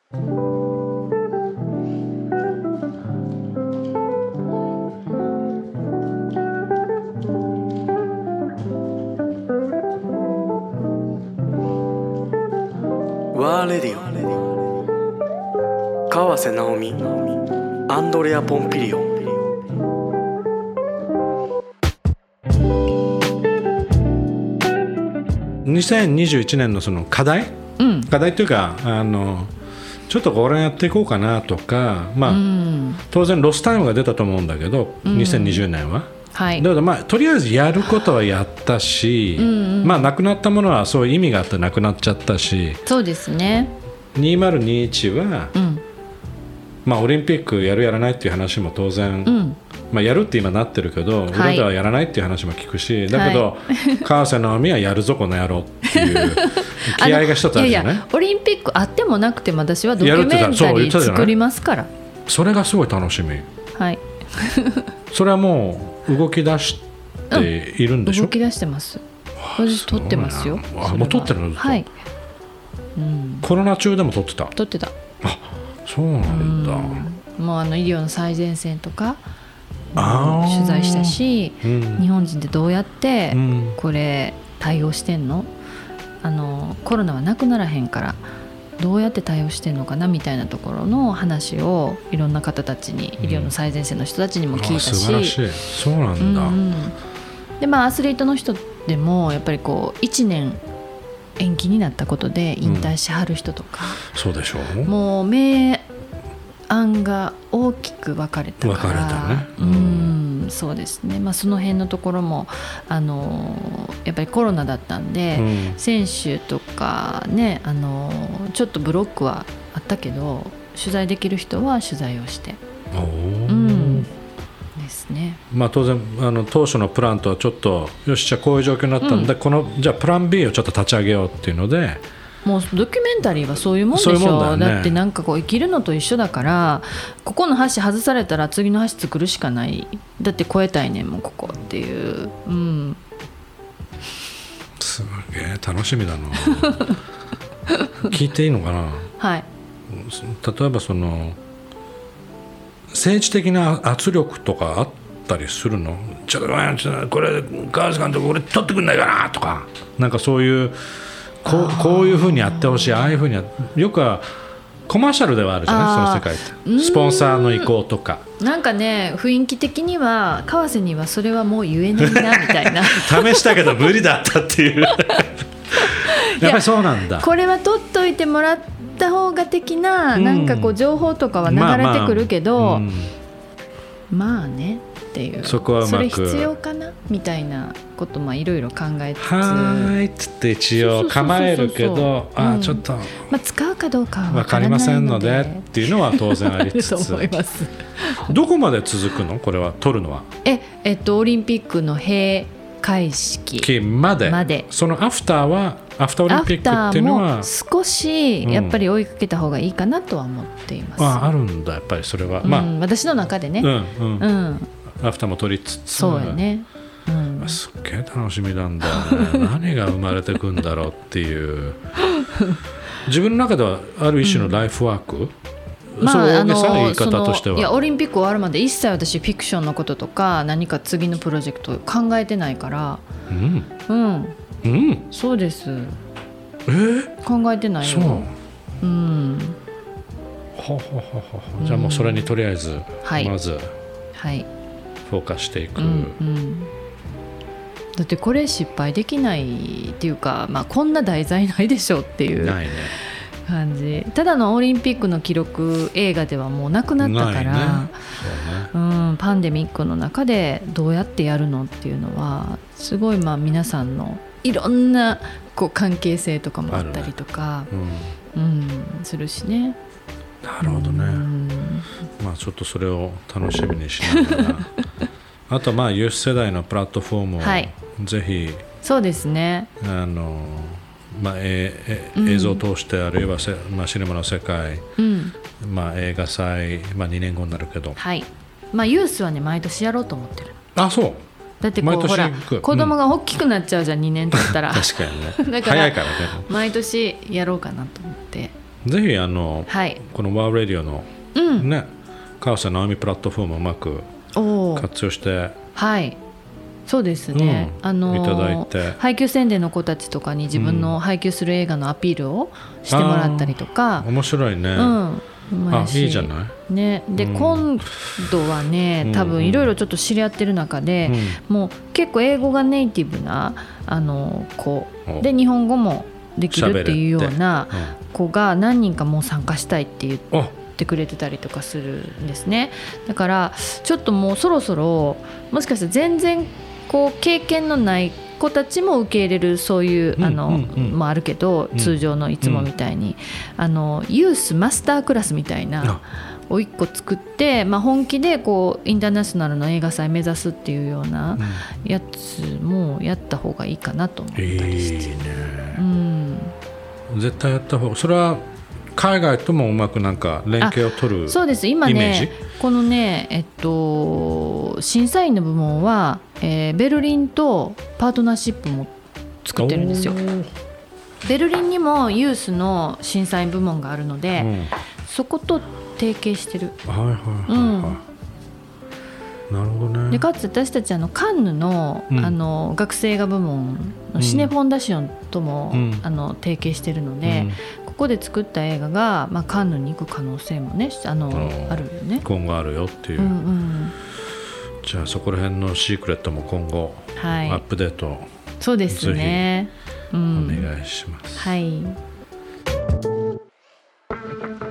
ワーレディオ川瀬直美アンドレア・ポンピリオン。 2021年のその課題というかちょっとこれやっていこうかなとか、当然ロスタイムが出たと思うんだけど、2020年は、だけどとりあえずやることはやったし、なくなったものはそういう意味があってなくなっちゃったし、 そうですね。 2021は、オリンピックやるやらないっていう話も当然、やるって今なってるけど、裏ではやらないっていう話も聞くし、だけど、川瀬直美はやるぞこの野郎っていう気合が一つあるじゃない。 いやオリンピックあってもなくても私はドキュメンタリー作りますから。 それがすごい楽しみ。それはもう動き出しているんでしょ。 動き出してます。私撮ってますよ。 もう撮ってるの。コロナ中でも撮ってた。そうなんだ。 もう医療の最前線とか取材したし、日本人ってどうやってこれ対応してんの、コロナはなくならへんからどうやって対応してんのかなみたいなところの話をいろんな方たちに、医療の最前線の人たちにも聞いたし、 素晴らしい。そうなんだ。 でアスリートの人でもやっぱりこう1年延期になったことで引退しはる人とか、 そうでしょう。 もう明暗が大きく分かれたから、そうですね。その辺のところもやっぱりコロナだったんで、選手とかねちょっとブロックはあったけど取材できる人は取材をしてですね。 当然当初のプランとはちょっとよしじゃあこういう状況になったんで、じゃあプラン B をちょっと立ち上げようっていうので、 もうドキュメンタリーはそういうもんでしょ。だってなんかこう生きるのと一緒だから、ここの橋外されたら次の橋作るしかない。だって越えたいねんもんここっていう、 すげえ楽しみだな聞いていいのかな。例えばその政治的な圧力とかあったりするの。ちょっとこれ川瀬監督俺取ってくんないかなとか、なんかそういうこういうふうにやってほしい、ああいうふうによくはコマーシャルではあるじゃない、その世界ってスポンサーの意向とか、 なんかね雰囲気的には川瀬にはそれはもう言えないなみたいな試したけど無理だったっていうやっぱりそうなんだ。 これは取っといてもらった方が的な、なんかこう情報とかは流れてくるけど、ねっていう、 そこはうまくそれ必要かなみたいなこといろいろ考えつつ、 はいっつって一応構えるけど、ちょっと、 使うかどうかは分かりませんのでっていうのは当然ありつつ思います。 どこまで続くのこれは撮るのは。 オリンピックの閉会式まで。 そのアフターオリンピックっていうのは少しやっぱり追いかけた方がいいかなとは思っています。 あるんだやっぱりそれは、 私の中でね、 アフターも取りつつ、 そうやね、 すっげえ楽しみなんだよね何が生まれてくんだろうっていう自分の中ではある一種のライフワーク、そう大げさな言い方としては。 いやオリンピック終わるまで一切私フィクションのこととか何か次のプロジェクトを考えてないから、そうです、考えてないよ。 じゃあもうそれにとりあえず、まずフォーカスしていく、だってこれ失敗できないっていうか、こんな題材ないでしょっていう感じ。ただのオリンピックの記録映画ではもうなくなったから、パンデミックの中でどうやってやるのっていうのはすごい皆さんのいろんなこう関係性とかもあったりとか、するしね。 なるほどね、ちょっとそれを楽しみにしながらあとユース世代のプラットフォームをぜひ、 そうですね、 映像を通してあるいはシネマの世界、映画祭、2年後になるけど、 ユースはね毎年やろうと思ってる。 そうだってほら子供が大きくなっちゃうじゃん、2年経ったら確かにねだから早いからね、 毎年やろうかなと思って。 ぜひはい、 このワーラディオの、ね、川瀬直美プラットフォームをうまく活用して、 はい、そうですね、 いただいて配給宣伝の子たちとかに自分の配給する映画のアピールをしてもらったりとか、 面白いね、いいじゃない、 ね、で、今度はね多分いろいろちょっと知り合ってる中で、もう結構英語がネイティブな子で日本語もできるっていうような子が何人かもう参加したいって言ってくれてたりとかするんですね。だからちょっともうそろそろもしかしたら全然こう経験のない子たちも受け入れるそういうもあるけど、通常のいつもみたいにユースマスタークラスみたいなを1個作って、本気でこうインターナショナルの映画祭目指すっていうようなやつもやった方がいいかなと思ったりして、いいね、 絶対やった方が、それは海外ともうまくなんか連携を取るイメージ。 そうです今ねこのね、審査員の部門は、ベルリンとパートナーシップも作ってるんですよ。ベルリンにもユースの審査員部門があるので、そこと提携してる。 なるほどね。 でかつ私たちカンヌの、学生映画部門のシネフォンダシオンとも、提携してるので、ここで作った映画が、カンヌに行く可能性もねあるよね。 今後あるよっていう、じゃあそこら辺のシークレットも今後、アップデートそうですね、 お願いします。 はい。